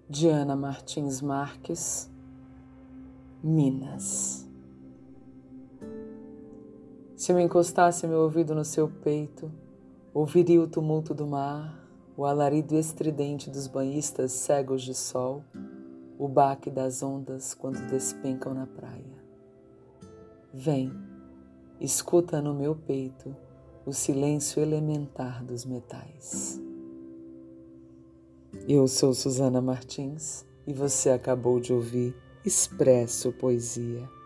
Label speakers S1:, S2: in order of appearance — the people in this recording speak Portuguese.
S1: Diana Martins Marques, Minas. Se eu encostasse meu ouvido no seu peito, ouviria o tumulto do mar, o alarido estridente dos banhistas cegos de sol, o baque das ondas quando despencam na praia. Vem, escuta no meu peito o silêncio elementar dos metais. Eu sou Susana Martins e você acabou de ouvir Expresso Poesia.